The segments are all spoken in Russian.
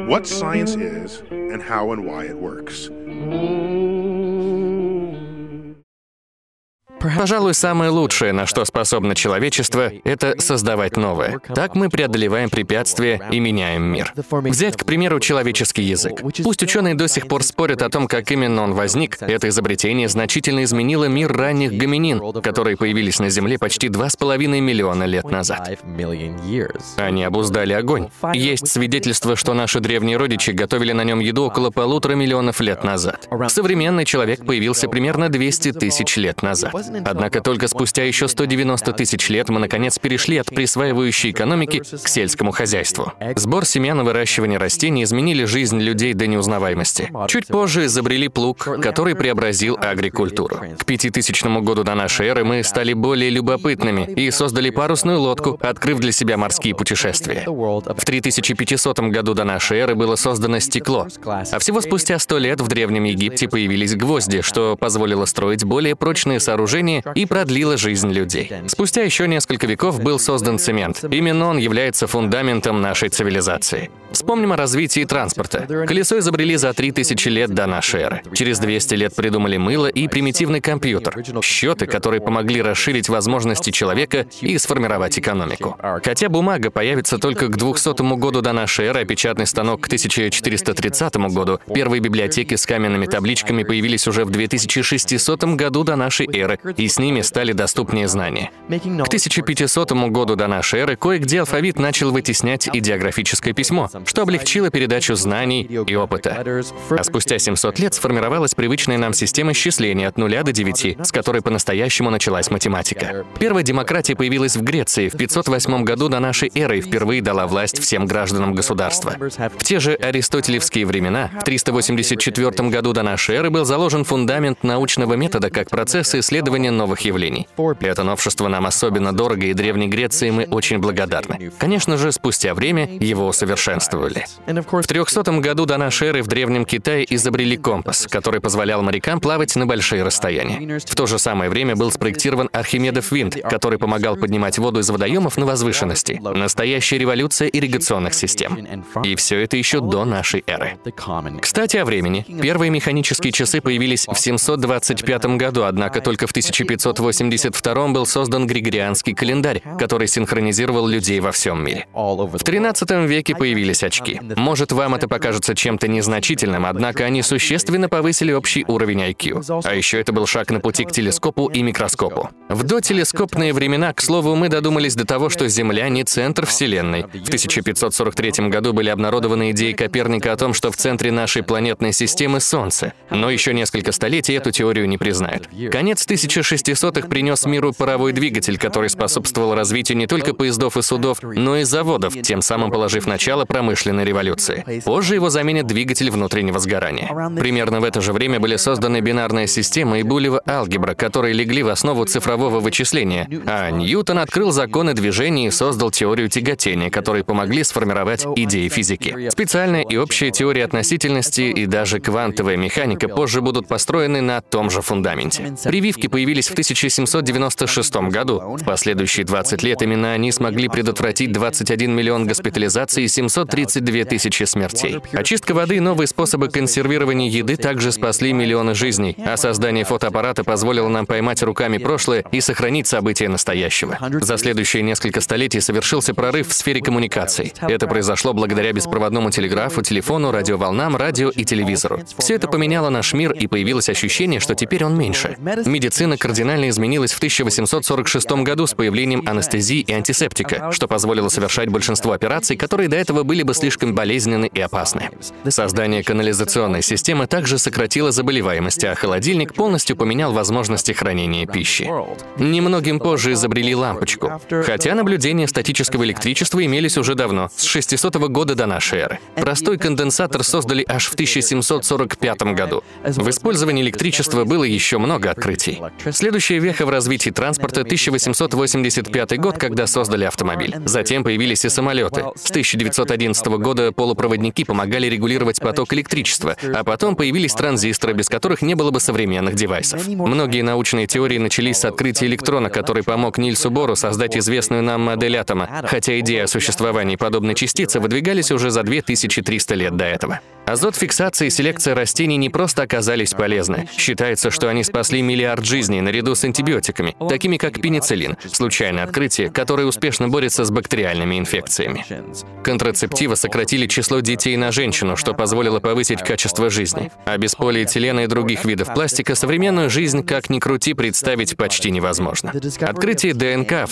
what science is and how and why it works. Пожалуй, самое лучшее, на что способно человечество, это создавать новое. Так мы преодолеваем препятствия и меняем мир. Взять, к примеру, человеческий язык. Пусть ученые до сих пор спорят о том, как именно он возник, это изобретение значительно изменило мир ранних гоминин, которые появились на Земле почти 2,5 миллиона лет назад. Они обуздали огонь. Есть свидетельство, что наши древние родичи готовили на нем еду около 1,5 миллиона лет назад. Современный человек появился примерно 200 тысяч лет назад. Однако только спустя еще 190 тысяч лет мы наконец перешли от присваивающей экономики к сельскому хозяйству. Сбор семян и выращивание растений изменили жизнь людей до неузнаваемости. Чуть позже изобрели плуг, который преобразил агрикультуру. К 5000 году до нашей эры мы стали более любопытными и создали парусную лодку, открыв для себя морские путешествия. В 3500 году до нашей эры было создано стекло, а всего спустя 100 лет в Древнем Египте появились гвозди, что позволило строить более прочные сооружения и продлило жизнь людей. Спустя еще несколько веков был создан цемент. Именно он является фундаментом нашей цивилизации. Вспомним о развитии транспорта. Колесо изобрели за 3000 лет до нашей эры. Через 200 лет придумали мыло и примитивный компьютер. Счеты, которые помогли расширить возможности человека и сформировать экономику. Хотя бумага появится только к 200 году до нашей эры, а печатный станок к 1430 году, первые библиотеки с каменными табличками появились уже в 2600 году до нашей эры, и с ними стали доступнее знания. К 1500 году до нашей эры кое-где алфавит начал вытеснять идеографическое письмо, что облегчило передачу знаний и опыта. А спустя 700 лет сформировалась привычная нам система счисления от 0 до 9, с которой по-настоящему началась математика. Первая демократия появилась в Греции в 508 году до нашей эры и впервые дала власть всем гражданам государства. В те же аристотелевские времена, в 384 году до нашей эры, был заложен фундамент научного метода как процесса исследования новых явлений. Это новшество нам особенно дорого, и Древней Греции мы очень благодарны. Конечно же, спустя время его усовершенствовали. В 300 году до нашей эры в Древнем Китае изобрели компас, который позволял морякам плавать на большие расстояния. В то же самое время был спроектирован Архимедов винт, который помогал поднимать воду из водоемов на возвышенности. Настоящая революция ирригационных систем. И все это еще до нашей эры. Кстати, о времени. Первые механические часы появились в 725 году, однако только в 1582 был создан Григорианский календарь, который синхронизировал людей во всем мире. В 13 веке появились очки. Может, вам это покажется чем-то незначительным, однако они существенно повысили общий уровень IQ. А еще это был шаг на пути к телескопу и микроскопу. В дотелескопные времена, к слову, мы додумались до того, что Земля не центр Вселенной. В 1543 году были обнародованы идеи Коперника о том, что в центре нашей планетной системы Солнце. Но еще несколько столетий эту теорию не признают. Конец 1600-х принес миру паровой двигатель, который способствовал развитию не только поездов и судов, но и заводов, тем самым положив начало промышленной революции. Позже его заменит двигатель внутреннего сгорания. Примерно в это же время были созданы бинарная система и булева алгебра, которые легли в основу цифрового вычисления, а Ньютон открыл законы движения и создал теорию тяготения, которые помогли сформировать идеи физики. Специальная и общая теория относительности и даже квантовая механика позже будут построены на том же фундаменте. Прививки появились в 1796 году. В последующие 20 лет именно они смогли предотвратить 21 миллион госпитализаций и 732 тысячи смертей. Очистка воды и новые способы консервирования еды также спасли миллионы жизней, а создание фотоаппарата позволило нам поймать руками прошлое и сохранить события настоящего. За следующие несколько столетий совершился прорыв в сфере коммуникаций. Это произошло благодаря беспроводному телеграфу, телефону, радиоволнам, радио и телевизору. Все это поменяло наш мир, и появилось ощущение, что теперь он меньше. Медицина кардинально изменилась в 1846 году с появлением анестезии и антисептика, что позволило совершать большинство операций, которые до этого были бы слишком болезненны и опасны. Создание канализационной системы также сократило заболеваемость, а холодильник полностью поменял возможности хранения пищи. Немногим позже изобрели лампочку, хотя наблюдения статического электричества имелись уже давно, с 600 года до нашей эры. Простой конденсатор создали аж в 1745 году. В использовании электричества было еще много открытий. Следующая веха в развитии транспорта — 1885 год, когда создали автомобиль. Затем появились и самолеты. С 1911 года полупроводники помогали регулировать поток электричества, а потом появились транзисторы, без которых не было бы современных девайсов. Многие научные теории начались с открытия электрона, который помог Нильсу Бору создать известную нам модель атома, хотя идеи о существовании подобной частицы выдвигались уже за 2300 лет до этого. Азот, фиксация и селекция растений не просто оказались полезны. Считается, что они спасли миллиард жизней наряду с антибиотиками, такими как пенициллин, случайное открытие, которое успешно борется с бактериальными инфекциями. Контрацептивы сократили число детей на женщину, что позволило повысить качество жизни. А без полиэтилена и других видов пластика современную жизнь, как ни крути, представить почти невозможно. Открытие ДНК в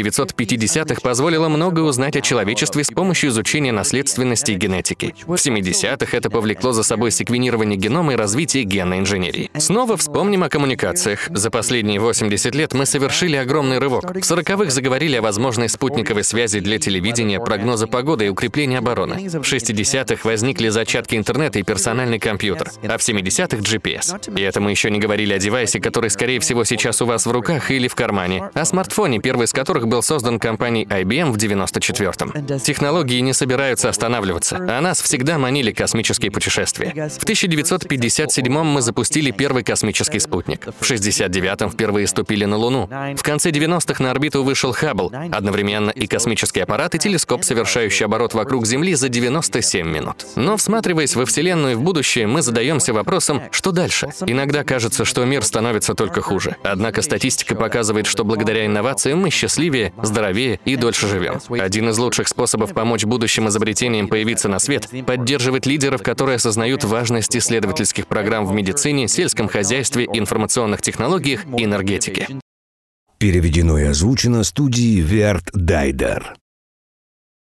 1950-х позволило многое узнать о человечестве с помощью изучения наследственности и генетики. В 70-х это повлекло за собой секвенирование генома и развитие генной инженерии. Снова вспомним о коммуникациях. За последние 80 лет мы совершили огромный рывок. В 40-х заговорили о возможной спутниковой связи для телевидения, прогноза погоды и укрепления обороны. В 60-х возникли зачатки интернета и персональный компьютер, а в 70-х — GPS. И это мы еще не говорили о девайсе, который, скорее всего, сейчас у вас в руках или в кармане, о смартфоне, первый из которых был создан компанией IBM в 94-м. Технологии не собираются останавливаться, а нас всегда манили космические путешествия. В 1957-м мы запустили первый космический спутник. В 69-м впервые ступили на Луну. В конце 90-х на орбиту вышел Хаббл, одновременно и космический аппарат, и телескоп, совершающий оборот вокруг Земли за 97 минут. Но, всматриваясь во Вселенную и в будущее, мы задаемся вопросом, что дальше? Иногда кажется, что мир становится только хуже. Однако статистика показывает, что благодаря инновациям мы счастливее, здоровее и дольше живем. Один из лучших способов помочь будущим изобретениям появиться на свет — поддерживать лидеров, которые осознают важность исследовательских программ в медицине, сельском хозяйстве, информационных технологиях и энергетике. Переведено и озвучено студией Верт Дайдер.